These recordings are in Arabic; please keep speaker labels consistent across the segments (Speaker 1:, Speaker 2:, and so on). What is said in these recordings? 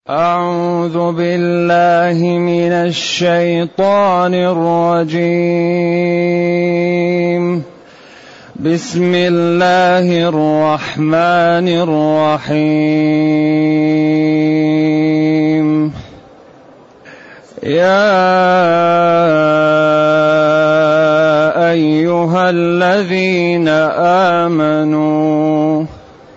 Speaker 1: أعوذ بالله من الشيطان الرجيم. بسم الله الرحمن الرحيم. يا أيها الذين آمنوا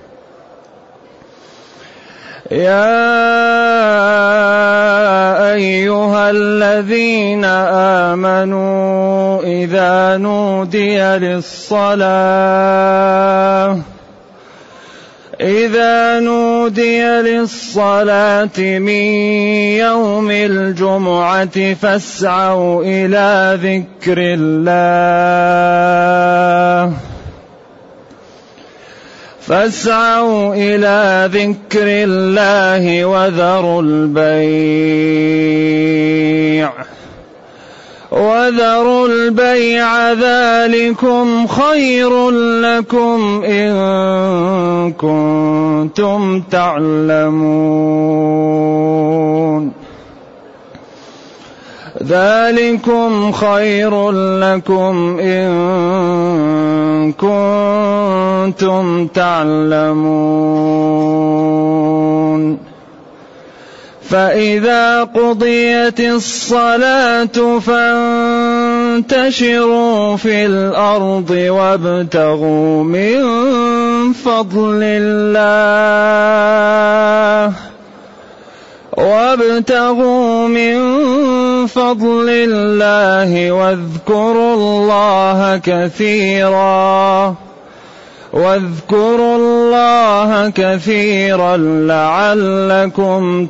Speaker 1: إذا نودي للصلاة من يوم الجمعة فاسعوا إلى ذكر الله وذروا البيع ذلكم خير لكم إن كنتم تعلمون. ذلكم خير لكم إن كنتم تعلمون. فإذا قضيت الصلاة فانتشروا في الأرض وابتغوا من فضل الله واذكروا الله كثيرا لعلكم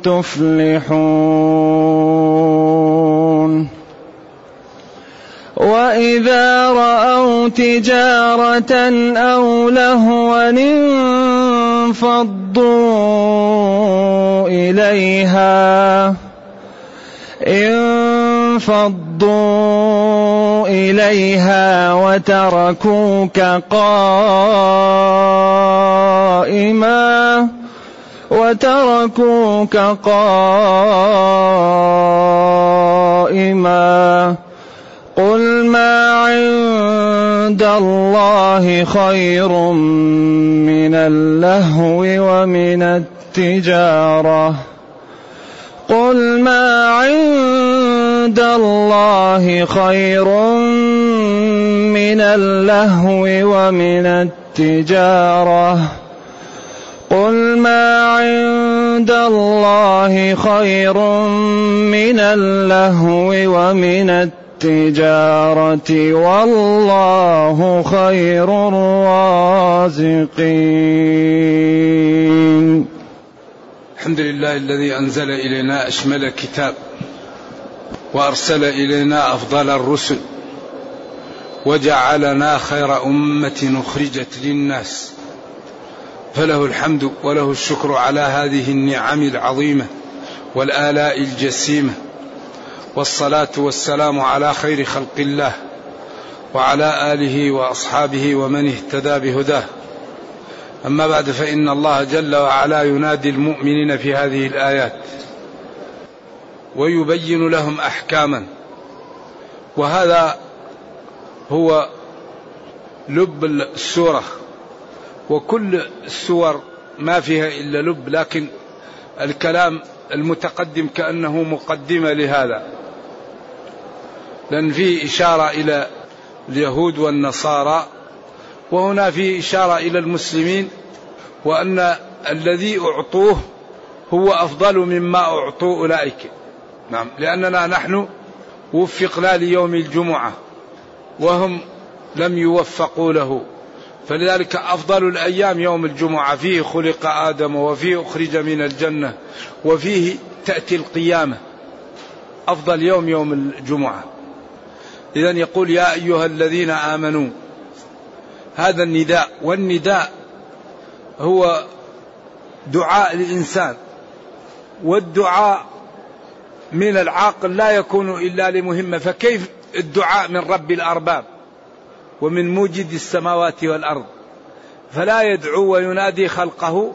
Speaker 1: تفلحون. وإذا رأوا تجارة أو لهوا انفضوا إليها وتركوك قائما قل ما عند الله خير من اللهو ومن التجارة والله خير الرازقين.
Speaker 2: الحمد لله الذي أنزل إلينا أشمل كتاب وأرسل إلينا أفضل الرسل وجعلنا خير أمة أخرجت للناس، فله الحمد وله الشكر على هذه النعم العظيمة والآلاء الجسيمة، والصلاة والسلام على خير خلق الله وعلى آله وأصحابه ومن اهتدى بهداه. أما بعد، فإن الله جل وعلا ينادي المؤمنين في هذه الآيات ويبين لهم أحكاما، وهذا هو لب السورة، وكل السور ما فيها إلا لب، لكن الكلام المتقدم كأنه مقدمة لهذا، لأن فيه إشارة إلى اليهود والنصارى، وهنا فيه إشارة إلى المسلمين، وأن الذي أعطوه هو أفضل مما أعطوا أولئك. نعم، لأننا نحن وفقنا ليوم الجمعة وهم لم يوفقوا له، فلذلك أفضل الأيام يوم الجمعة، فيه خلق آدم وفيه أخرج من الجنة وفيه تأتي القيامة، أفضل يوم الجمعة. إذن يقول يا أيها الذين آمنوا، هذا النداء، والنداء هو دعاء الإنسان، والدعاء من العاقل لا يكون إلا لمهمة، فكيف الدعاء من رب الأرباب ومن موجد السماوات والأرض، فلا يدعو وينادي خلقه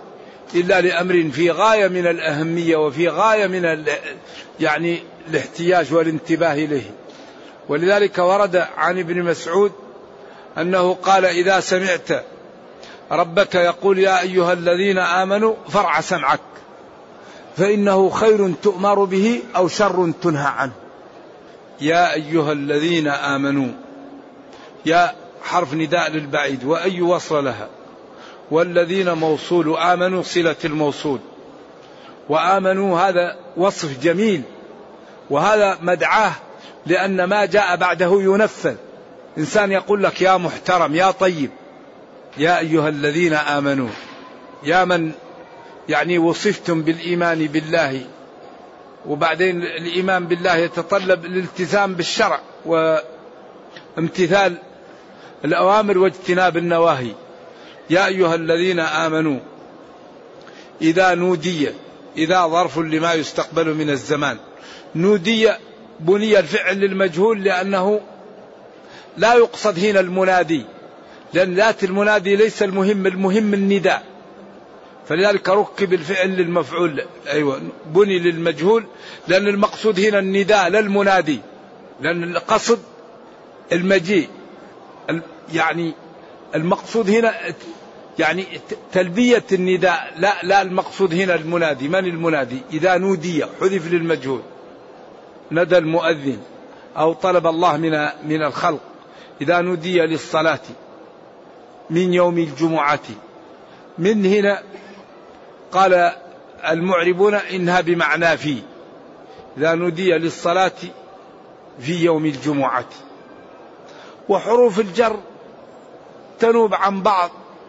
Speaker 2: إلا لأمر في غاية من الأهمية وفي غاية من يعني الاحتياج والانتباه إليه. ولذلك ورد عن ابن مسعود أنه قال: إذا سمعت ربك يقول يا أيها الذين آمنوا فارع سمعك، فإنه خير تؤمر به أو شر تنهى عنه. يا أيها الذين آمنوا، يا حرف نداء للبعيد، وأي وصل لها، والذين موصول، آمنوا صلة الموصول، وآمنوا هذا وصف جميل، وهذا مدعاه لأن ما جاء بعده ينفذ. إنسان يقول لك يا محترم يا طيب، يا أيها الذين آمنوا، يا من يعني وصفتم بالإيمان بالله، وبعدين الإيمان بالله يتطلب الالتزام بالشرع وامتثال الأوامر واجتناب النواهي. يا أيها الذين آمنوا إذا نودي، إذا ظرف لما يستقبل من الزمان، نودي بني الفعل للمجهول لأنه لا يقصد هنا المنادي، لأن ذات المنادي ليس المهم، المهم النداء، فلذلك ركب الفعل للمفعول. أيوة بني للمجهول لأن المقصود هنا النداء لا المنادي، لأن القصد المجيء، يعني المقصود هنا يعني تلبية النداء، لا المقصود هنا المنادي. من المنادي؟ إذا نودي حذف للمجهول، ندى المؤذن أو طلب الله من الخلق. إذا نودي للصلاة من يوم الجمعة، من هنا قال المعربون إنها بمعنى في، إذا نودي للصلاة في يوم الجمعة. وحروف الجر تنوب عن بعض،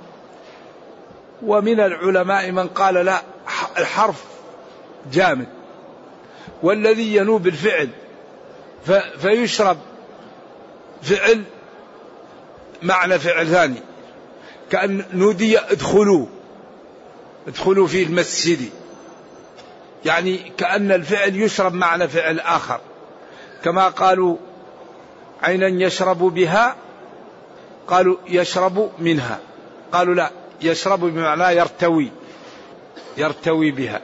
Speaker 2: ومن العلماء من قال لا، الحرف جامد، والذي ينوب الفعل فيشرب فعل معنى فعل ثاني، كأن نودي ادخلوا في المسجد، يعني كأن الفعل يشرب معنى فعل آخر، كما قالوا عينا يشرب بها، قالوا يشرب منها، قالوا لا، يشرب بمعنى يرتوي بها.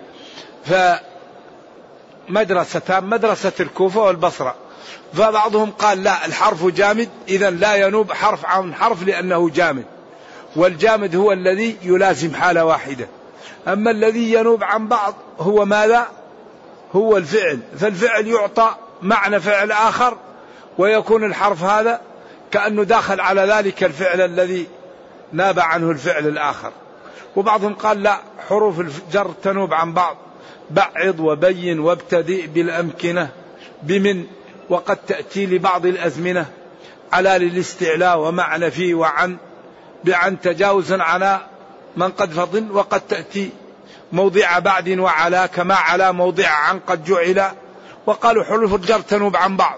Speaker 2: فمدرستان، مدرسة الكوفة والبصرة، فبعضهم قال لا، الحرف جامد، إذا لا ينوب حرف عن حرف لأنه جامد، والجامد هو الذي يلازم حالة واحدة. أما الذي ينوب عن بعض هو ماذا؟ هو الفعل، فالفعل يعطى معنى فعل آخر، ويكون الحرف هذا كأنه داخل على ذلك الفعل الذي ناب عنه الفعل الآخر. وبعضهم قال لا، حروف الجر تنوب عن بعض، بعض وبين وابتدئ بالأمكنة بمن، وقد تأتي لبعض الأزمنة على للاستعلاء، ومعنى في وعن، بعن تجاوزا على من قد فضل، وقد تأتي موضع بعد وعلى، كما على موضع عن قد جعل. وقالوا حروف الجر تنوب عن بعض.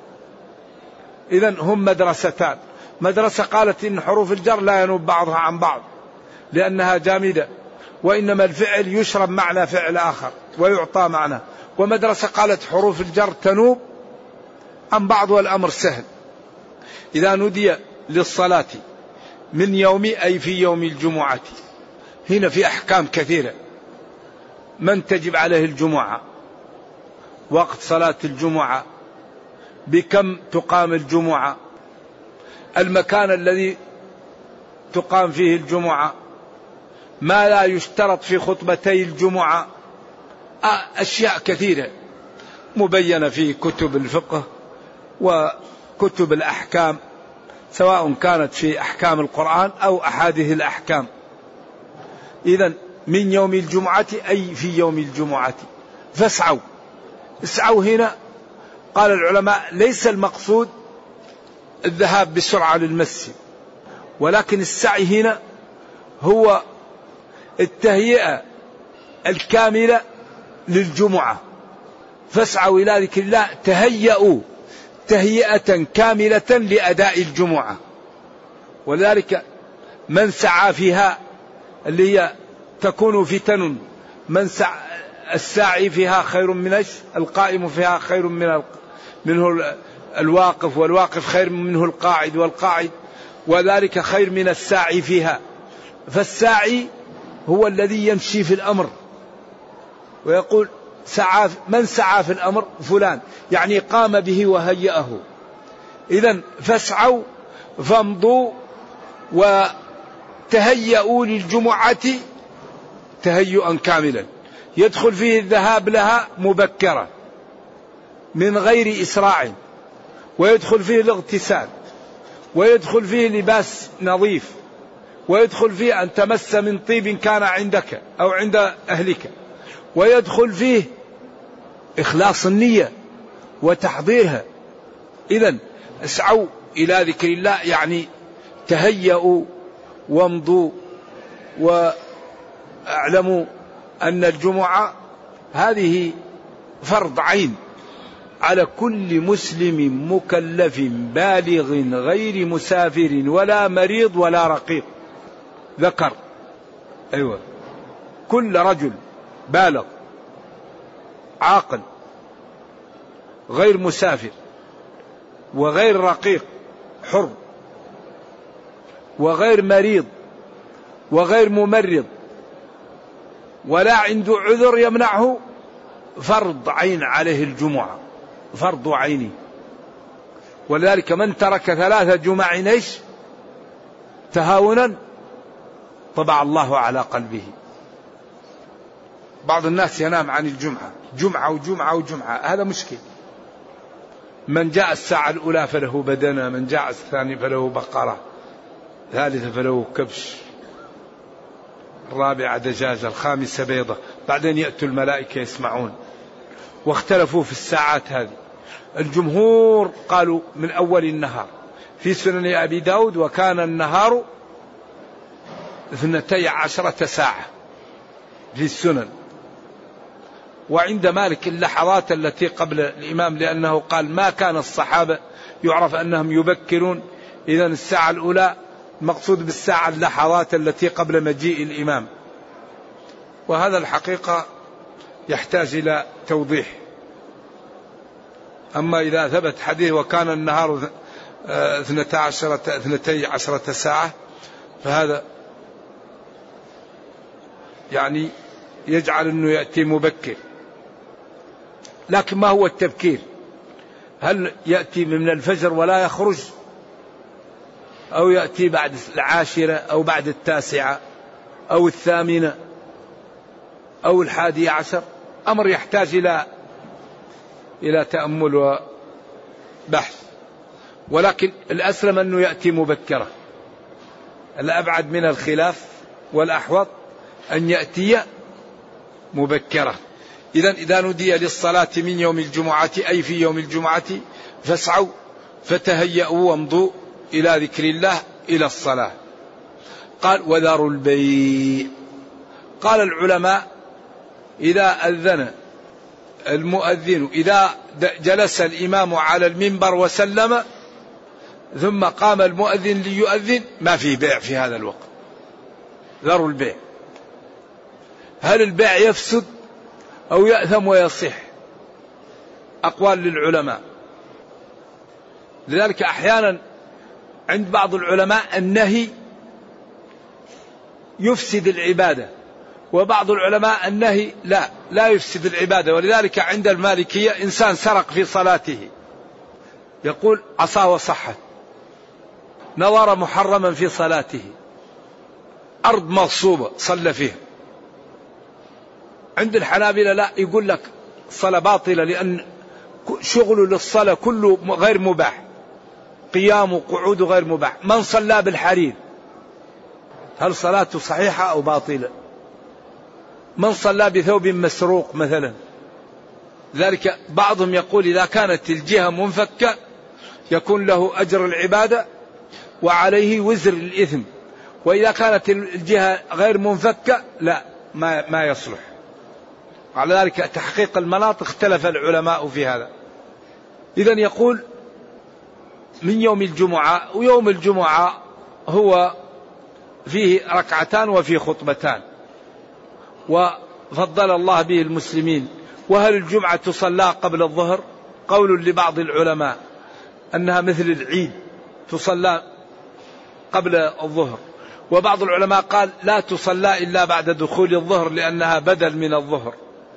Speaker 2: إذن هم مدرستان، مدرسة قالت إن حروف الجر لا ينوب بعضها عن بعض لأنها جامدة، وإنما الفعل يشرب معنى فعل آخر ويعطى معنى. ومدرسة قالت حروف الجر تنوب عن بعض والأمر سهل. إذا نودي للصلاة من يوم، أي في يوم الجمعة، هنا في أحكام كثيرة. من تجب عليه الجمعة، وقت صلاة الجمعة، بكم تقام الجمعة، المكان الذي تقام فيه الجمعة، ما لا يشترط في خطبتي الجمعة، أشياء كثيرة مبينة في كتب الفقه وكتب الأحكام، سواء كانت في أحكام القرآن أو أحاديث الأحكام. إذن من يوم الجمعة، أي في يوم الجمعة، فاسعوا. اسعوا هنا قال العلماء ليس المقصود الذهاب بسرعة للمسجد، ولكن السعي هنا هو التهيئة الكاملة للجمعة. فاسعوا إلى ذكر الله، تهيئوا تهيئة كاملة لأداء الجمعة. ولذلك من سعى فيها اللي هي تكون فتن، الساعي فيها خير من القائم فيها خير منه الواقف، والواقف خير منه القاعد، والقاعد وذلك خير من الساعي فيها. فالساعي هو الذي يمشي في الأمر ويقول من سعى في الأمر فلان، يعني قام به وهيأه. إذن فاسعوا فامضوا وتهيئوا للجمعة تهيئا كاملا، يدخل فيه الذهاب لها مبكرا من غير إسراع، ويدخل فيه الاغتسال، ويدخل فيه لباس نظيف، ويدخل فيه أن تمس من طيب كان عندك أو عند أهلك، ويدخل فيه إخلاص النية وتحضيرها. إذن اسعوا إلى ذكر الله، يعني تهيئوا وامضوا، واعلموا أن الجمعة هذه فرض عين على كل مسلم مكلف بالغ غير مسافر ولا مريض ولا رقيق ذكر. أيوة، كل رجل بالغ عاقل غير مسافر وغير رقيق حر وغير مريض وغير ممرض ولا عنده عذر يمنعه، فرض عين عليه الجمعة، فرض عيني. ولذلك من ترك 3 جمع ايش تهاونا طبع الله على قلبه. بعض الناس ينام عن الجمعة، جمعة وجمعة وجمعة، هذا مشكل. من جاء الساعة الأولى فله بدنة، من جاء الثاني فله بقرة، الثالثة فله كبش، الرابعة دجاجة، الخامسة بيضة، بعدين يأتوا الملائكة يسمعون. واختلفوا في الساعات هذه. الجمهور قالوا من أول النهار، في سنن أبي داود وكان النهار 12 ساعة في السنن. وعند مالك اللحظات التي قبل الإمام، لأنه قال ما كان الصحابة يعرف أنهم يبكرون، إذن الساعة الأولى مقصود بالساعة اللحظات التي قبل مجيء الإمام. وهذا الحقيقة يحتاج إلى توضيح. أما إذا ثبت حديث وكان النهار 12 ساعة، فهذا يعني يجعل أنه يأتي مبكر. لكن ما هو التبكير؟ هل يأتي من الفجر ولا يخرج، أو يأتي بعد 10 أو بعد 9 أو 8 أو 11؟ أمر يحتاج إلى تأمل وبحث. ولكن الأسلم أنه يأتي مبكرة. الأبعد من الخلاف والأحوط أن يأتي مبكرة. إذا نودي للصلاة من يوم الجمعة، أي في يوم الجمعة، فاسعوا فتهيأوا وامضوا إلى ذكر الله إلى الصلاة. قال وذروا البيع. قال العلماء إذا أذن المؤذن، إذا جلس الإمام على المنبر وسلم ثم قام المؤذن ليؤذن، ما فيه بيع في هذا الوقت. ذروا البيع. هل البيع يفسد أو يأثم ويصح؟ أقوال للعلماء. لذلك أحيانا عند بعض العلماء النهي يفسد العبادة، وبعض العلماء النهي لا يفسد العبادة. ولذلك عند المالكية إنسان سرق في صلاته، يقول عصاه وصحت، نظر محرما في صلاته، أرض مغصوبة صلى فيها. عند الحنابلة لا، يقول لك الصلاة باطلة، لأن شغل للصلاة كله غير مباح، قيام وقعود غير مباح. من صلى بالحرير هل صلاته صحيحة أو باطلة؟ من صلى بثوب مسروق مثلا. ذلك بعضهم يقول إذا كانت الجهة منفكة يكون له أجر العبادة وعليه وزر الإثم، وإذا كانت الجهة غير منفكة لا، ما يصلح. على ذلك تحقيق المناط اختلف العلماء في هذا. إذن يقول من يوم الجمعة، ويوم الجمعة هو فيه 2 ركعتان وفيه خطبتان، وفضل الله به المسلمين. وهل الجمعة تصلى قبل الظهر؟ قول لبعض العلماء أنها مثل العيد تصلى قبل الظهر، وبعض العلماء قال لا تصلى إلا بعد دخول الظهر لأنها بدل من الظهر.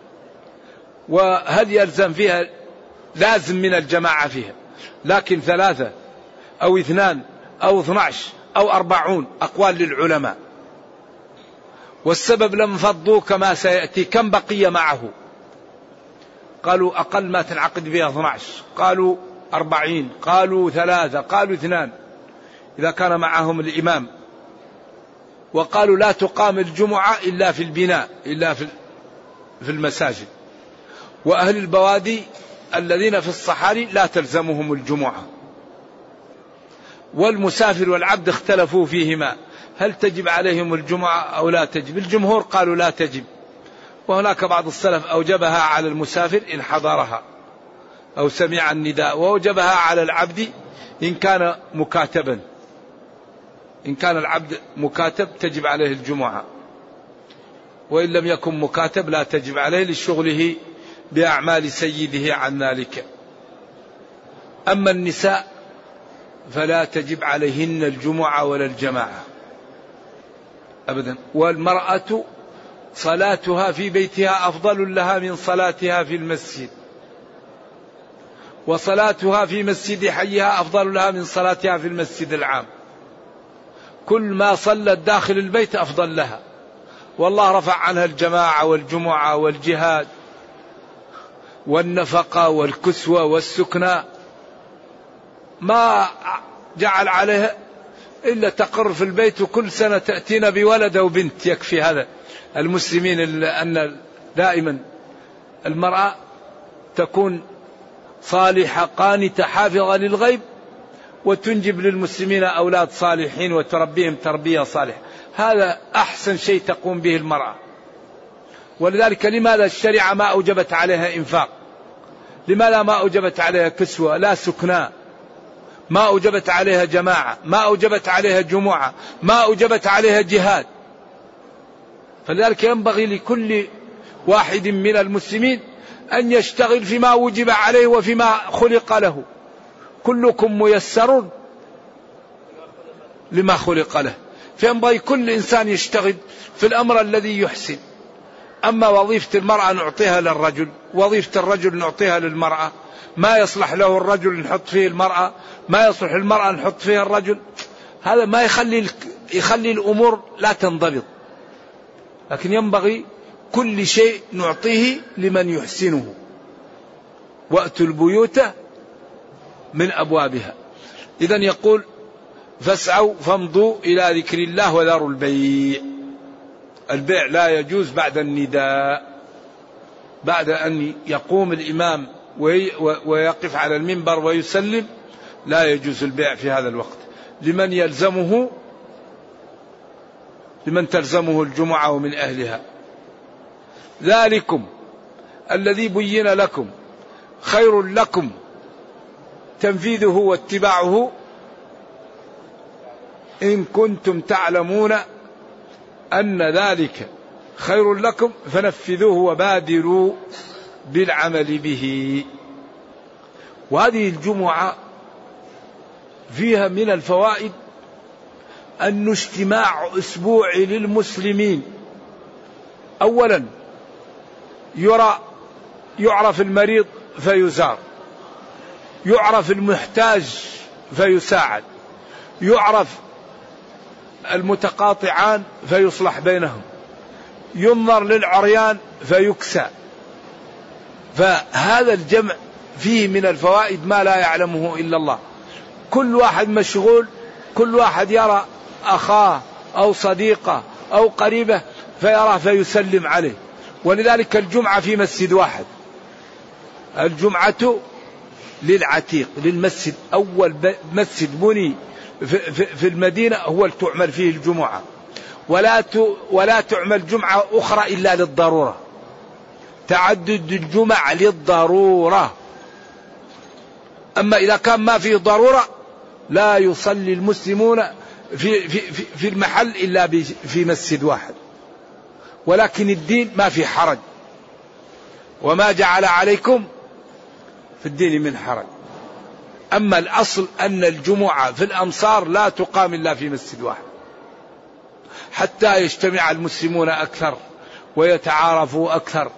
Speaker 2: وهل يلزم فيها؟ لازم من الجماعة فيها، لكن 3 أو 2 أو 12 أو 40 أقوال للعلماء. والسبب لم فضوا كما سيأتي. كم بقي معه؟ قالوا أقل ما تنعقد بها 12، قالوا 40، قالوا 3، قالوا 2 إذا كان معهم الإمام. وقالوا لا تقام الجمعة إلا في البناء، إلا في المساجد. وأهل البوادي الذين في الصحاري لا تلزمهم الجمعة. والمسافر والعبد اختلفوا فيهما، هل تجب عليهم الجمعة أو لا تجب؟ الجمهور قالوا لا تجب، وهناك بعض السلف أوجبها على المسافر إن حضرها أو سمع النداء، وأوجبها على العبد إن كان مكاتبا. إن كان العبد مكاتب تجب عليه الجمعة، وإن لم يكن مكاتب لا تجب عليه لشغله بأعمال سيده عن ذلك. أما النساء فلا تجب عليهن الجمعة ولا الجماعة أبدا. والمرأة صلاتها في بيتها أفضل لها من صلاتها في المسجد، وصلاتها في مسجد حيها أفضل لها من صلاتها في المسجد العام. كل ما صلت داخل البيت أفضل لها، والله رفع عنها الجماعة والجمعة والجهاد والنفقة والكسوة والسكنى، ما جعل عليها إلا تقر في البيت، وكل سنة تأتينا بولد أو بنت. يكفي هذا المسلمين أن دائما المرأة تكون صالحة قانتة حافظة للغيب، وتنجب للمسلمين أولاد صالحين وتربيهم تربية صالحة. هذا أحسن شيء تقوم به المرأة. ولذلك لماذا الشريعة ما أوجبت عليها إنفاق؟ لماذا ما أوجبت عليها كسوة لا سكناء؟ ما أوجبت عليها جماعة، ما أوجبت عليها جمعة، ما أوجبت عليها جهاد. فلذلك ينبغي لكل واحد من المسلمين أن يشتغل فيما وجب عليه وفيما خلق له. كلكم ميسر لما خلق له، فينبغي كل إنسان يشتغل في الأمر الذي يحسن. أما وظيفة المرأة نعطيها للرجل، وظيفة الرجل نعطيها للمرأة، ما يصلح له الرجل نحط فيه المرأة، ما يصلح المرأة نحط فيها الرجل. هذا ما يخلي الأمور لا تنضبط. لكن ينبغي كل شيء نعطيه لمن يحسنه. وأتوا البيوت من أبوابها. إذن يقول فاسعوا فامضوا إلى ذكر الله وذروا البيع. البيع لا يجوز بعد النداء، بعد أن يقوم الإمام ويقف على المنبر ويسلم لا يجوز البيع في هذا الوقت. لمن تلزمه الجمعة ومن أهلها. ذلكم الذي بين لكم خير لكم تنفيذه واتباعه إن كنتم تعلمون أن ذلك خير لكم فنفذوه وبادروا بالعمل به. وهذه الجمعة فيها من الفوائد أن اجتماع أسبوعي للمسلمين. أولا يعرف المريض فيزار، يعرف المحتاج فيساعد، يعرف المتقاطعان فيصلح بينهم، ينظر للعريان فيكسى. فهذا الجمع فيه من الفوائد ما لا يعلمه إلا الله. كل واحد مشغول، كل واحد يرى أخاه أو صديقه أو قريبه فيراه فيسلم عليه. ولذلك الجمعة في مسجد واحد. الجمعة للعتيق، للمسجد. أول مسجد بني في المدينة هو تعمل فيه الجمعة، ولا تعمل جمعة أخرى إلا للضرورة. تعدد الجمع للضرورة. أما إذا كان ما فيه ضرورة لا يصلي المسلمون في المحل إلا في مسجد واحد. ولكن الدين ما في حرج، وما جعل عليكم في الدين من حرج. أما الأصل أن الجمعة في الأمصار لا تقام إلا في مسجد واحد. حتى يجتمع المسلمون أكثر ويتعارفوا أكثر.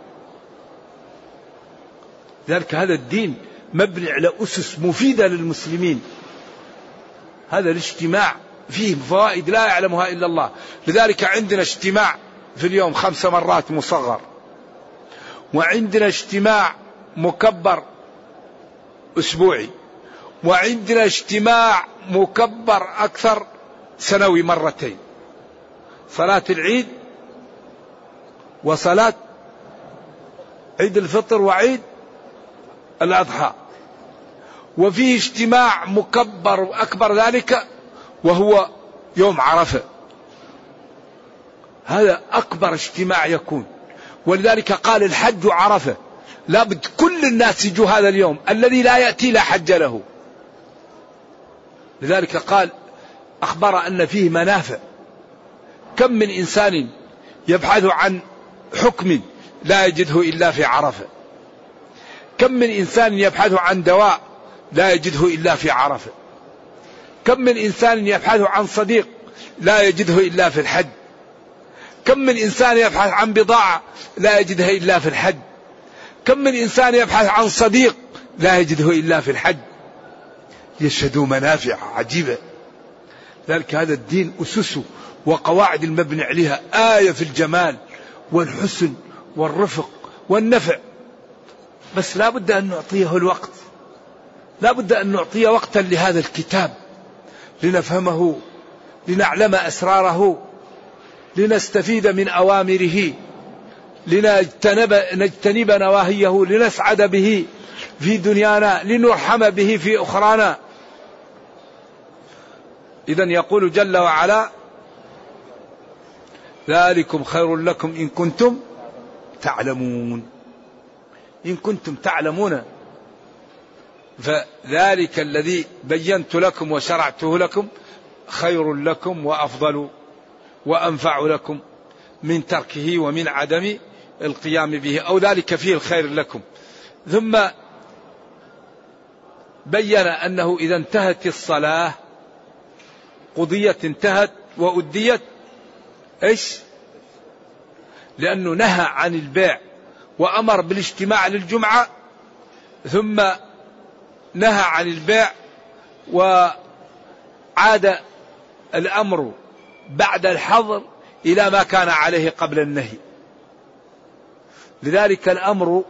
Speaker 2: ذلك هذا الدين مبني على أسس مفيدة للمسلمين. هذا الاجتماع فيه فوائد لا يعلمها إلا الله. لذلك عندنا اجتماع في اليوم 5 مرات مصغر، وعندنا اجتماع مكبر أسبوعي، وعندنا اجتماع مكبر أكثر سنوي مرتين، صلاة العيد وصلاة عيد الفطر وعيد الأضحى. وفيه اجتماع مكبر أكبر ذلك وهو يوم عرفة، هذا أكبر اجتماع يكون. ولذلك قال الحج عرفة، لابد كل الناس يجوا هذا اليوم، الذي لا يأتي لا حج له. لذلك قال أخبر أن فيه منافع. كم من إنسان يبحث عن حكم لا يجده إلا في عرفة، كم من إنسان يبحث عن دواء لا يجده إلا في عرفة، كم من إنسان يبحث عن صديق لا يجده إلا في الحج، كم من إنسان يبحث عن بضاعة لا يجدها إلا في الحج، كم من إنسان يبحث عن صديق لا يجده إلا في الحج. يشهدوا منافع عجيبة. ذلك هذا الدين أسسه وقواعد المبني عليها آية في الجمال والحسن والرفق والنفع. بس لا بد أن نعطيه الوقت، لا بد أن نعطيه وقتا لهذا الكتاب لنفهمه، لنعلم أسراره، لنستفيد من أوامره، لنجتنب نواهيه، لنسعد به في دنيانا، لنرحم به في أخرانا. إذن يقول جل وعلا: ذلكم خير لكم إن كنتم تعلمون. إن كنتم تعلمون، فذلك الذي بينت لكم وشرعته لكم خير لكم وأفضل وأنفع لكم من تركه ومن عدم القيام به، أو ذلك فيه الخير لكم. ثم بين أنه إذا انتهت الصلاة قضيت، انتهت وأديت إيش؟ لأنه نهى عن البيع وأمر بالاجتماع للجمعة، ثم نهى عن البيع وعاد الأمر بعد الحظر إلى ما كان عليه قبل النهي. لذلك الأمر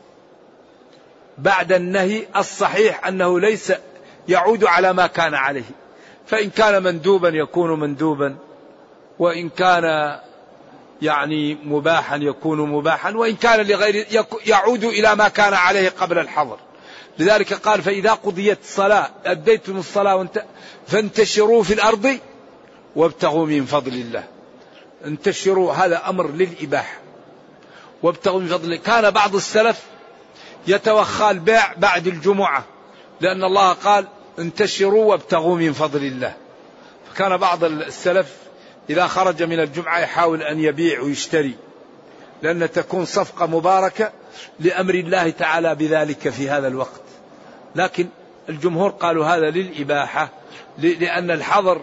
Speaker 2: بعد النهي الصحيح أنه ليس يعود على ما كان عليه، فإن كان مندوبا يكون مندوبا، وإن كان يعني مباحا يكون مباحا، وإن كان لغير يعود إلى ما كان عليه قبل الحظر. لذلك قال: فإذا قضيت الصلاة أديتم الصلاة فانتشروا في الأرض وابتغوا من فضل الله. انتشروا هذا أمر للإباحة، وابتغوا من فضل الله. كان بعض السلف يتوخى البيع بعد الجمعة، لأن الله قال: انتشروا وابتغوا من فضل الله. فكان بعض السلف إذا خرج من الجمعة يحاول أن يبيع ويشتري، لأن تكون صفقة مباركة لأمر الله تعالى بذلك في هذا الوقت. لكن الجمهور قالوا هذا للإباحة، لأن الحظر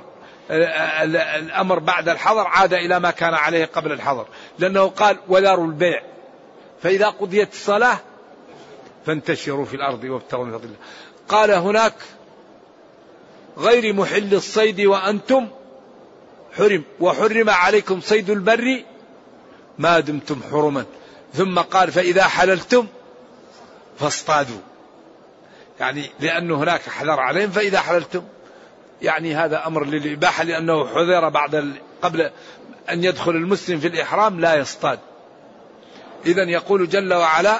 Speaker 2: الأمر بعد الحظر عاد إلى ما كان عليه قبل الحظر، لأنه قال: وذروا البيع فإذا قضيت الصلاة فانتشروا في الأرض وابتغوا من فضل الله. قال هناك: غير محل الصيد وأنتم حرم، وحرم عليكم صيد البر ما دمتم حرما. ثم قال: فإذا حللتم فاصطادوا، يعني لأن هناك حذر عليهم، فإذا حللتم يعني هذا أمر للإباحة، لأنه حذر قبل أن يدخل المسلم في الإحرام لا يصطاد. إذن يقول جل وعلا: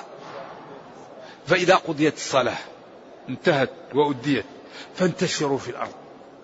Speaker 2: فإذا قضيت الصلاة انتهت وأديت فانتشروا في الأرض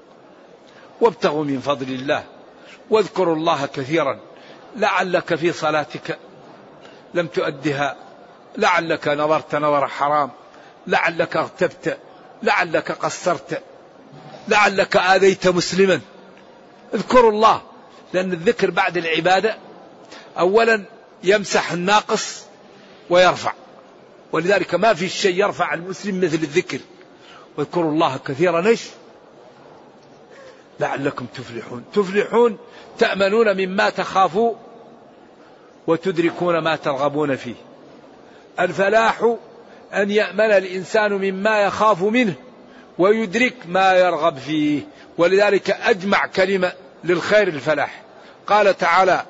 Speaker 2: وابتغوا من فضل الله واذكروا الله كثيرا لعلك في صلاتك لم تؤدها، لعلك نظرت نظر حرام، لعلك اغتبت، لعلك قصرت، لعلك آذيت مسلما. اذكروا الله، لأن الذكر بعد العبادة أولا يمسح الناقص ويرفع، ولذلك ما في شيء يرفع المسلم مثل الذكر. واذكروا الله كثيرا ايش؟ لعلكم تفلحون. تفلحون تأمنون مما تخافوا وتدركون ما ترغبون فيه. الفلاح أن يأمن الإنسان مما يخاف منه ويدرك ما يرغب فيه، ولذلك أجمع كلمة للخير الفلاح. قال تعالى: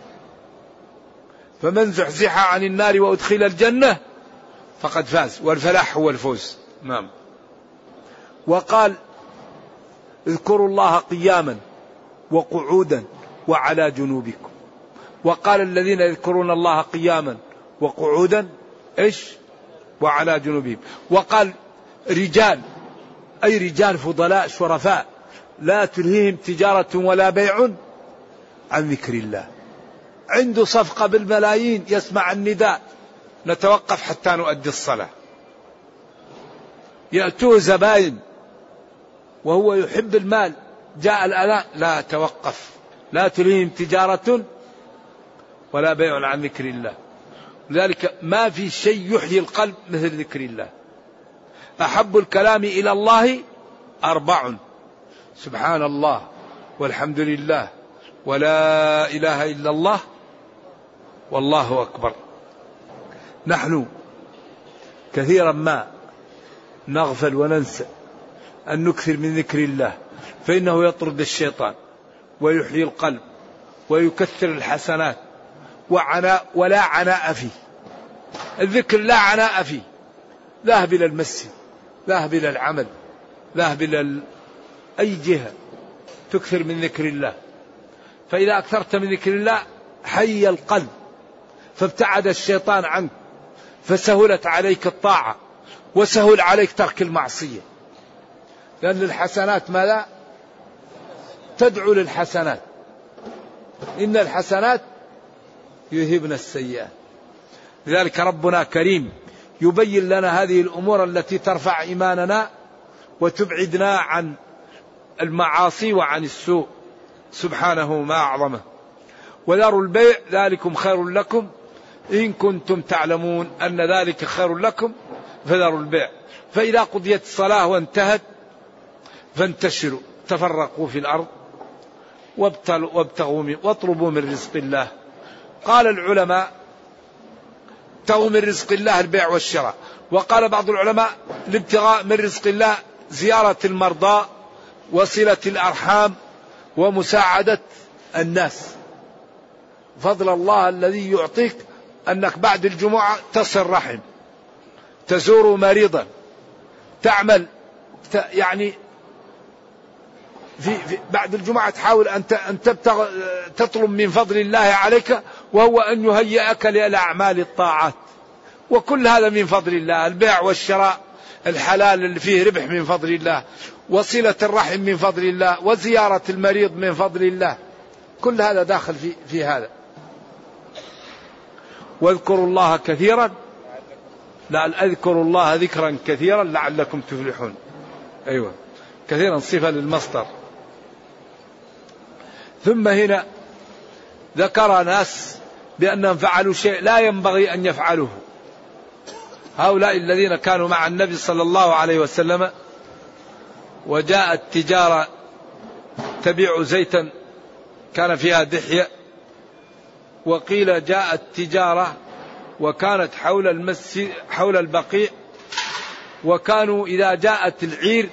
Speaker 2: فمن زحزح عن النار وأدخل الجنة فقد فاز، والفلاح هو الفوز. نعم. وقال: اذكروا الله قياما وقعودا وعلى جنوبكم. وقال: الذين يذكرون الله قياما وقعودا وعلى جنوبهم. وقال: رجال، أي رجال فضلاء شرفاء لا تلهيهم تجارة ولا بيع عن ذكر الله. عنده صفقة بالملايين، يسمع النداء: نتوقف حتى نؤدي الصلاة. يأتوه زباين وهو يحب المال، جاء الأذان: لا توقف، لا تلهيهم تجارة ولا بيع عن ذكر الله. لذلك ما في شيء يحيي القلب مثل ذكر الله. أحب الكلام إلى الله 4: سبحان الله والحمد لله ولا إله إلا الله والله أكبر. نحن كثيرا ما نغفل وننسى أن نكثر من ذكر الله، فإنه يطرد الشيطان ويحيي القلب ويكثر الحسنات، ولا عناء فيه. الذكر لا عناء فيه، ذاهب إلى المسجد، ذاهب إلى العمل، ذاهب إلى أي جهة، تكثر من ذكر الله. فإذا أكثرت من ذكر الله حي القلب، فابتعد الشيطان عنك، فسهلت عليك الطاعة وسهل عليك ترك المعصية. لأن الحسنات ماذا؟ تدعو للحسنات، إن الحسنات يذهبن السيئات. لذلك ربنا كريم يبين لنا هذه الأمور التي ترفع إيماننا وتبعدنا عن المعاصي وعن السوء، سبحانه ما أعظمه. وذروا البيع ذلكم خير لكم إن كنتم تعلمون أن ذلك خير لكم فذروا البيع. فإذا قضيت الصلاة وانتهت فانتشروا تفرقوا في الأرض واطلبوا من رزق الله. قال العلماء: ابتغوا من رزق الله البيع والشراء. وقال بعض العلماء: الابتغاء من رزق الله زيارة المرضى وصلة الأرحام ومساعدة الناس. فضل الله الذي يعطيك أنك بعد الجمعة تصل رحم، تزور مريضا، تعمل يعني في بعد الجمعة تحاول أن تطلب من فضل الله عليك، وهو أن يهيئك للأعمال الطاعات. وكل هذا من فضل الله. البيع والشراء الحلال اللي فيه ربح من فضل الله، وصلة الرحم من فضل الله، وزيارة المريض من فضل الله. كل هذا داخل في هذا. واذكروا الله كثيرا، لا اذكروا الله ذكرا كثيرا لعلكم تفلحون. أيوة، كثيرا صفة للمصدر. ثم هنا ذكر ناس بأنهم فعلوا شيء لا ينبغي أن يفعلوه. هؤلاء الذين كانوا مع النبي صلى الله عليه وسلم، وجاءت تجارة تبيع زيتا كان فيها دحية، وقيل جاءت تجارة وكانت حول المسجد حول البقيع، وكانوا إذا جاءت العير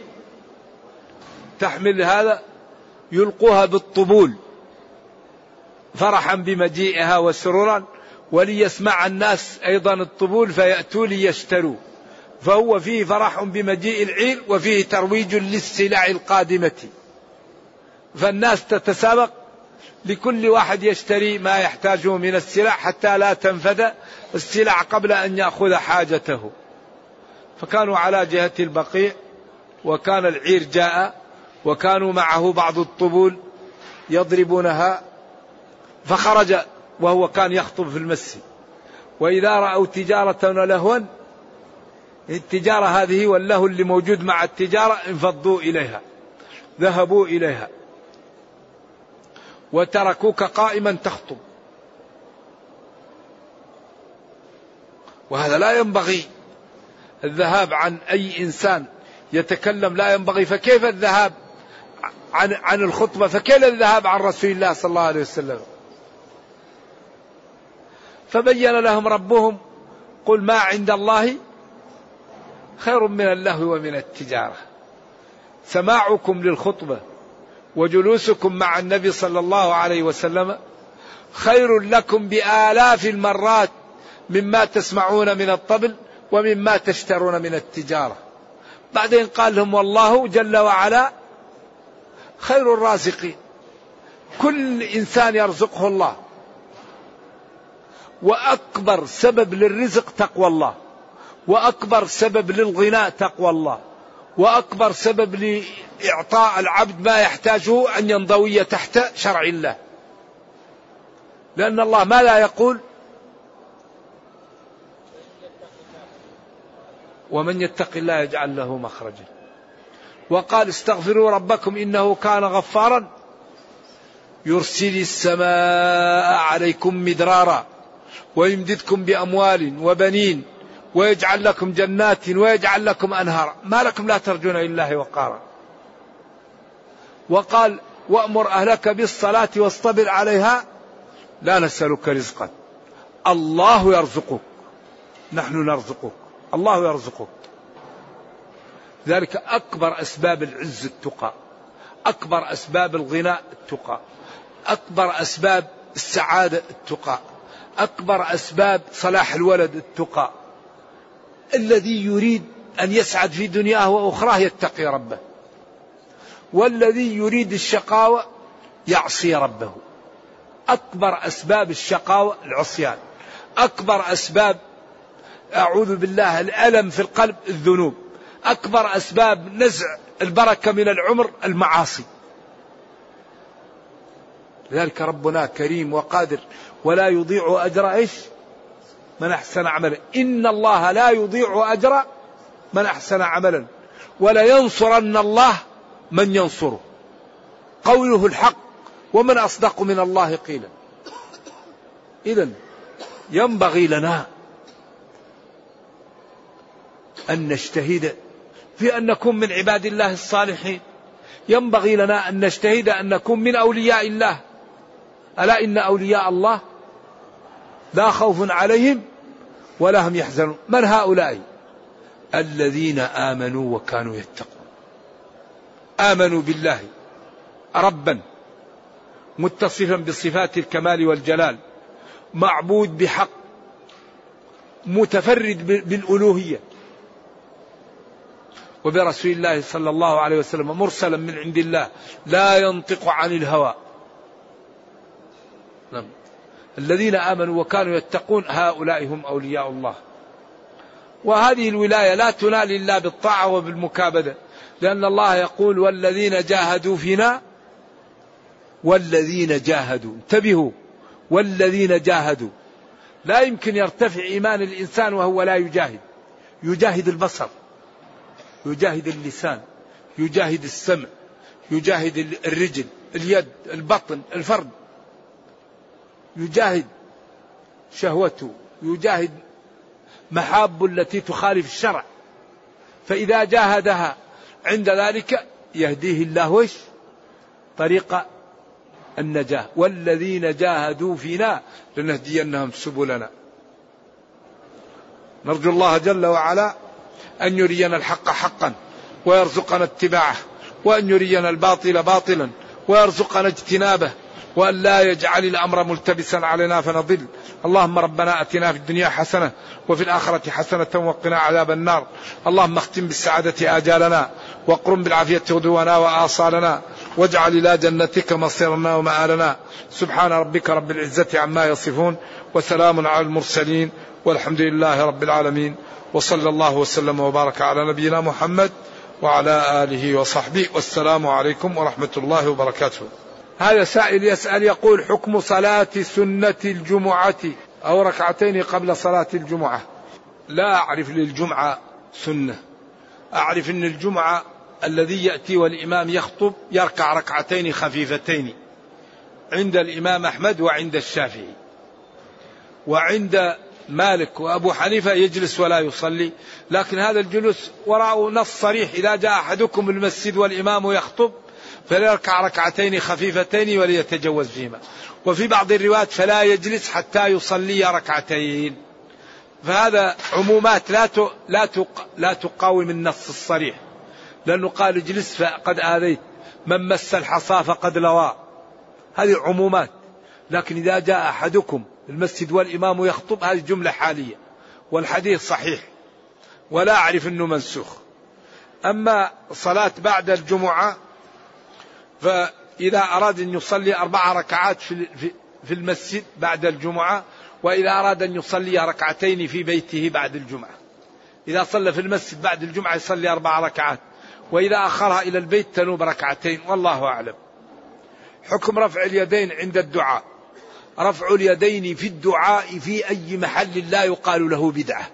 Speaker 2: تحمل هذا يلقوها بالطبول فرحا بمجيئها وسرورا، وليسمع الناس أيضا الطبول فيأتوا ليشتروا. فهو فيه فرح بمجيء العير وفيه ترويج للسلع القادمة، فالناس تتسابق لكل واحد يشتري ما يحتاجه من السلع حتى لا تنفد السلع قبل أن يأخذ حاجته. فكانوا على جهة البقيع، وكان العير جاء، وكانوا معه بعض الطبول يضربونها، فخرج وهو كان يخطب في المسجد. وإذا رأوا تجارة ولهوا، التجارة هذه واللهو اللي موجود مع التجارة، انفضوا إليها، ذهبوا إليها، وتركوك قائما تخطب. وهذا لا ينبغي الذهاب عن أي إنسان يتكلم، لا ينبغي. فكيف الذهاب عن الخطبة، فكيف الذهاب عن رسول الله صلى الله عليه وسلم؟ فبين لهم ربهم قل ما عند الله خير من اللهو ومن التجارة. سماعكم للخطبة وجلوسكم مع النبي صلى الله عليه وسلم خير لكم بآلاف المرات مما تسمعون من الطبل ومما تشترون من التجارة. بعدين قال لهم والله جل وعلا خير الرازقين. كل إنسان يرزقه الله، وأكبر سبب للرزق تقوى الله، وأكبر سبب للغناء تقوى الله، وأكبر سبب لإعطاء العبد ما يحتاجه أن ينضوي تحت شرع الله. لأن الله ما لا يقول ومن يتق الله يجعل له مخرجا، وقال استغفروا ربكم إنه كان غفارا يرسل السماء عليكم مدرارا ويمددكم بأموال وبنين ويجعل لكم جنات ويجعل لكم أنهارا ما لكم لا ترجون لله وقارا. وقال وأمر أهلك بالصلاة واصطبر عليها لا نسألك رزقا الله يرزقك نحن نرزقك، الله يرزقك. ذلك أكبر أسباب العز التقى، أكبر أسباب الغناء التقى، أكبر أسباب السعادة التقى، أكبر أسباب صلاح الولد التقى. الذي يريد أن يسعد في دنياه وأخراه يتقي ربه، والذي يريد الشقاوة يعصي ربه. أكبر أسباب الشقاوة العصيان، أكبر أسباب أعوذ بالله الألم في القلب الذنوب، أكبر أسباب نزع البركة من العمر المعاصي. لذلك ربنا كريم وقادر ولا يضيع أجر إيش من أحسن عملا. إن الله لا يضيع أجر من أحسن عملا ولا ينصرن الله من ينصره. قوله الحق ومن أصدق من الله قيلا. إذن ينبغي لنا أن نجتهد في أن نكون من عباد الله الصالحين، ينبغي لنا أن نجتهد أن نكون من أولياء الله. ألا إن أولياء الله لا خوف عليهم ولا هم يحزنون. من هؤلاء؟ الذين آمنوا وكانوا يتقون. آمنوا بالله ربا متصفا بصفات الكمال والجلال، معبود بحق، متفرد بالألوهية، وبرسول الله صلى الله عليه وسلم مرسلا من عند الله لا ينطق عن الهوى. الذين آمنوا وكانوا يتقون هؤلاء هم أولياء الله. وهذه الولاية لا تنال إلا بالطاعة وبالمكابدة، لأن الله يقول والذين جاهدوا فينا، والذين جاهدوا، انتبهوا، والذين جاهدوا. لا يمكن يرتفع إيمان الإنسان وهو لا يجاهد. يجاهد البصر، يجاهد اللسان، يجاهد السمع، يجاهد الرجل، اليد، البطن، الفرد، يجاهد شهوته، يجاهد محابه التي تخالف الشرع. فإذا جاهدها عند ذلك يهديه الله وش طريق النجاة. والذين جاهدوا فينا لنهدينهم سبلنا. نرجو الله جل وعلا أن يرينا الحق حقا ويرزقنا اتباعه، وأن يرينا الباطل باطلا ويرزقنا اجتنابه، وأن لا يجعل الأمر ملتبسا علينا فنضل. اللهم ربنا أتنا في الدنيا حسنة وفي الآخرة حسنة وقنا عذاب النار. اللهم اختم بالسعادة آجالنا واقرم بالعافية غدونا وآصالنا، واجعل إلى جنتك مصيرنا ومآلنا. سبحان ربك رب العزة عما يصفون وسلام على المرسلين والحمد لله رب العالمين، وصلى الله وسلم وبارك على نبينا محمد وعلى آله وصحبه، والسلام عليكم ورحمة الله وبركاته. هذا سائل يسأل يقول حكم صلاة سنة الجمعة أو ركعتين قبل صلاة الجمعة. لا أعرف للجمعة سنة، أعرف أن الجمعة الذي يأتي والإمام يخطب يركع ركعتين خفيفتين عند الإمام أحمد وعند الشافعي، وعند مالك وأبو حنيفة يجلس ولا يصلي. لكن هذا الجلوس وراءه نص صريح: إذا جاء أحدكم المسجد والإمام يخطب فليركع ركعتين خفيفتين وليتجوز فيهما. وفي بعض الروايات فلا يجلس حتى يصلي ركعتين. فهذا عمومات لا تقاوم النص الصريح، لأنه قال اجلس فقد آذيت، من مس الحصى فقد لوى، هذه عمومات. لكن إذا جاء أحدكم المسجد والإمام يخطب، هذه جملة حالية، والحديث صحيح ولا أعرف أنه منسوخ. أما صلاة بعد الجمعة، فإذا أراد أن يصلي 4 ركعات في المسجد بعد الجمعة، وإذا أراد أن يصلي ركعتين في بيته بعد الجمعة. إذا صلى في المسجد بعد الجمعة يصلي 4 ركعات، وإذا أخرها إلى البيت تنوب ركعتين، والله أعلم. حكم رفع اليدين عند الدعاء. رفع اليدين في الدعاء في أي محل لا يقال له بدعة.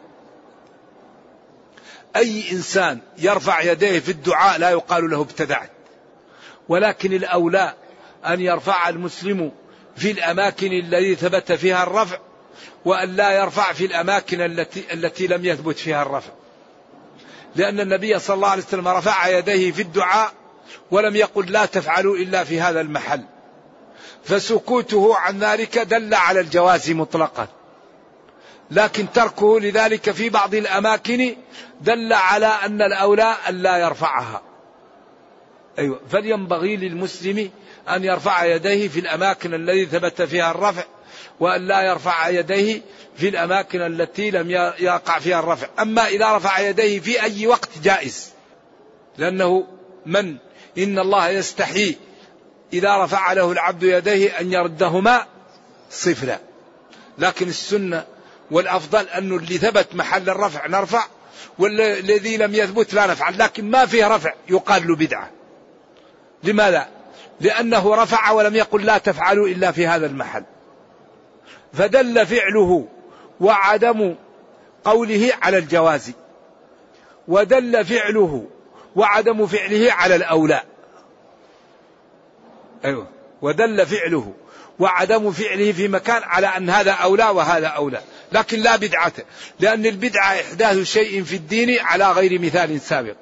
Speaker 2: أي إنسان يرفع يديه في الدعاء لا يقال له ابتدعت، ولكن الأولى أن يرفع المسلم في الأماكن التي ثبت فيها الرفع، وأن لا يرفع في الأماكن التي لم يثبت فيها الرفع، لأن النبي صلى الله عليه وسلم رفع يديه في الدعاء ولم يقل لا تفعلوا إلا في هذا المحل، فسكوته عن ذلك دل على الجواز مطلقا، لكن تركه لذلك في بعض الأماكن دل على أن الأولى أن لا يرفعها. أيوة، فلينبغي للمسلم أن يرفع يديه في الأماكن التي ثبت فيها الرفع، وأن لا يرفع يديه في الأماكن التي لم يقع فيها الرفع. أما إذا رفع يديه في أي وقت جائز، لأنه إن الله يستحيي إذا رفع له العبد يديه أن يردهما صفرا، لكن السنة والأفضل أنه اللي ثبت محل الرفع نرفع، والذي لم يثبت لا نفعل، لكن ما فيه رفع يقال له بدعة. لماذا؟ لأنه رفع ولم يقل لا تفعلوا إلا في هذا المحل، فدل فعله وعدم قوله على الجواز، ودل فعله وعدم فعله على الأولى. أيوة، ودل فعله وعدم فعله في مكان على أن هذا أولى وهذا أولى، لكن لا بدعة، لأن البدعة إحداث شيء في الدين على غير مثال سابق.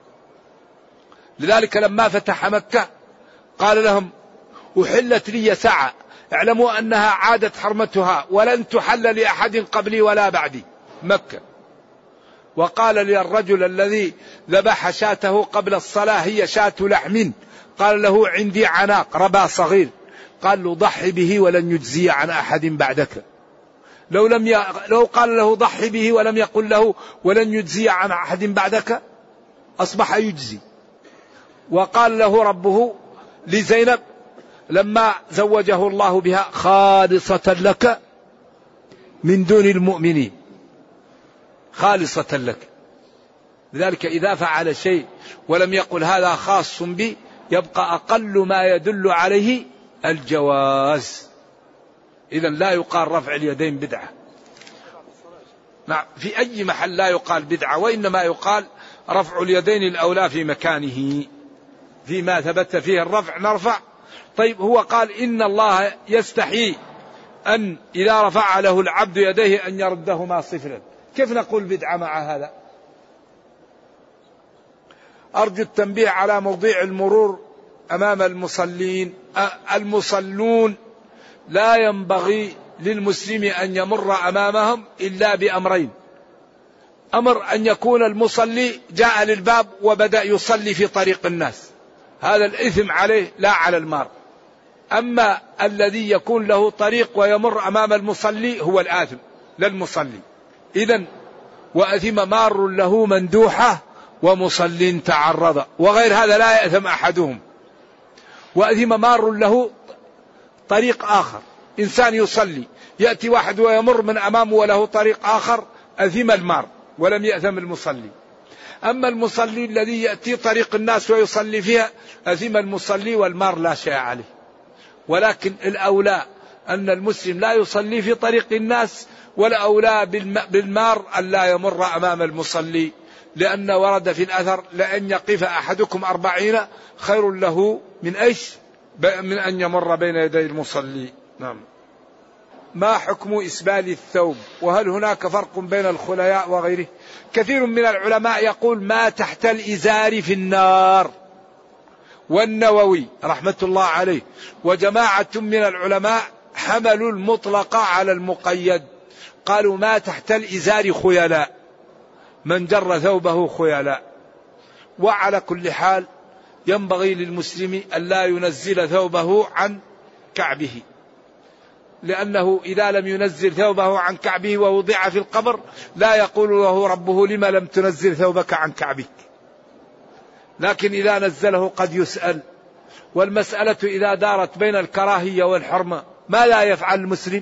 Speaker 2: لذلك لما فتح مكة قال لهم أحلت لي ساعة، اعلموا أنها عادت حرمتها ولن تحل لأحد قبلي ولا بعدي، مكة. وقال للرجل الذي ذبح شاته قبل الصلاة هي شاة لحم، قال له عندي عناق ربا صغير، قال له ضحي به ولن يجزي عن أحد بعدك. لو قال له ضحي به ولم يقل له ولن يجزي عن أحد بعدك أصبح يجزي. وقال له ربه لزينب لما زوجه الله بها خالصة لك من دون المؤمنين، خالصة لك. لذلك إذا فعل شيء ولم يقل هذا خاص بي يبقى أقل ما يدل عليه الجواز. إذن لا يقال رفع اليدين بدعة، في أي محل لا يقال بدعة، وإنما يقال رفع اليدين الأولى في مكانه، فيما ثبت فيه الرفع نرفع. طيب، هو قال إن الله يستحيي أن إذا رفع له العبد يديه أن يردهما صفرا، كيف نقول بدعة مع هذا؟ أرجو التنبيه على موضوع المرور أمام المصلين. المصلون لا ينبغي للمسلم أن يمر أمامهم إلا بأمرين: أمر أن يكون المصلي جاء للباب وبدأ يصلي في طريق الناس، هذا الإثم عليه لا على المار. أما الذي يكون له طريق ويمر أمام المصلي هو الآثم للمصلي. إذن وأثم مار له مندوحة ومصل تعرض، وغير هذا لا يأثم أحدهم. وأثم مار له طريق آخر، إنسان يصلي يأتي واحد ويمر من أمامه وله طريق آخر، أثم المار ولم يأثم المصلي. أما المصلي الذي يأتي طريق الناس ويصلي فيها أثم المصلي والمار لا شيء عليه. ولكن الأولى أن المسلم لا يصلي في طريق الناس، والأولى بالمار أن لا يمر أمام المصلي، لأن ورد في الأثر لأن يقف أحدكم 40 خير له من من أن يمر بين يدي المصلي. نعم. ما حكم إسبال الثوب؟ وهل هناك فرق بين الخلياء وغيره؟ كثير من العلماء يقول ما تحت الإزار في النار، والنووي رحمة الله عليه وجماعة من العلماء حملوا المطلق على المقيد، قالوا ما تحت الإزار خيلاء، من جر ثوبه خيلاء. وعلى كل حال ينبغي للمسلم أن لا ينزل ثوبه عن كعبه، لأنه إذا لم ينزل ثوبه عن كعبه ووضع في القبر لا يقول له ربه لما لم تنزل ثوبك عن كعبك، لكن إذا نزله قد يسأل. والمسألة إذا دارت بين الكراهية والحرمة ما لا يفعل المسلم؟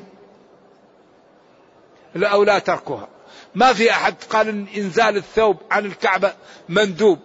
Speaker 2: أو لا تركها. ما في أحد قال إن إنزال الثوب عن الكعبة مندوب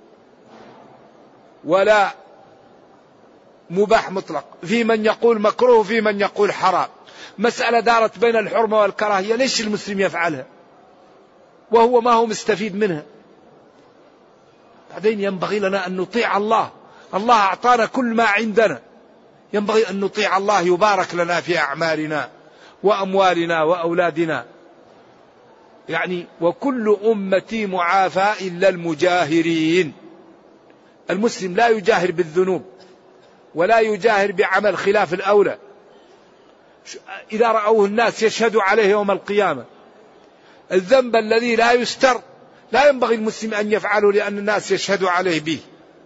Speaker 2: ولا مباح مطلق، في من يقول مكروه وفي من يقول حرام. مسألة دارت بين الحرمة والكراهية، ليش المسلم يفعلها وهو ما هو مستفيد منها؟ بعدين ينبغي لنا أن نطيع الله، الله أعطانا كل ما عندنا، ينبغي أن نطيع الله، يبارك لنا في أعمالنا وأموالنا وأولادنا. يعني وكل أمتي معافى إلا المجاهرين. المسلم لا يجاهر بالذنوب ولا يجاهر بعمل خلاف الأولى. إذا رأوه الناس يشهدوا عليه يوم القيامة. الذنب الذي لا يستر لا ينبغي المسلم أن يفعله لأن الناس يشهدوا عليه به،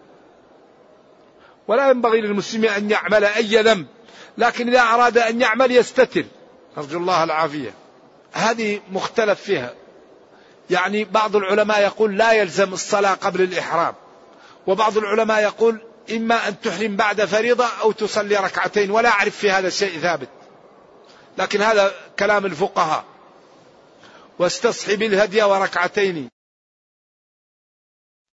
Speaker 2: ولا ينبغي للمسلم أن يعمل أي ذنب، لكن إذا أراد أن يعمل يستتر، أرجو الله العافية. هذه مختلف فيها. يعني بعض العلماء يقول لا يلزم الصلاة قبل الإحرام، وبعض العلماء يقول إما أن تحرم بعد فريضة أو تصلي ركعتين، ولا أعرف في هذا الشيء ثابت، لكن هذا كلام الفقهاء. واستصحب الهدي وركعتين.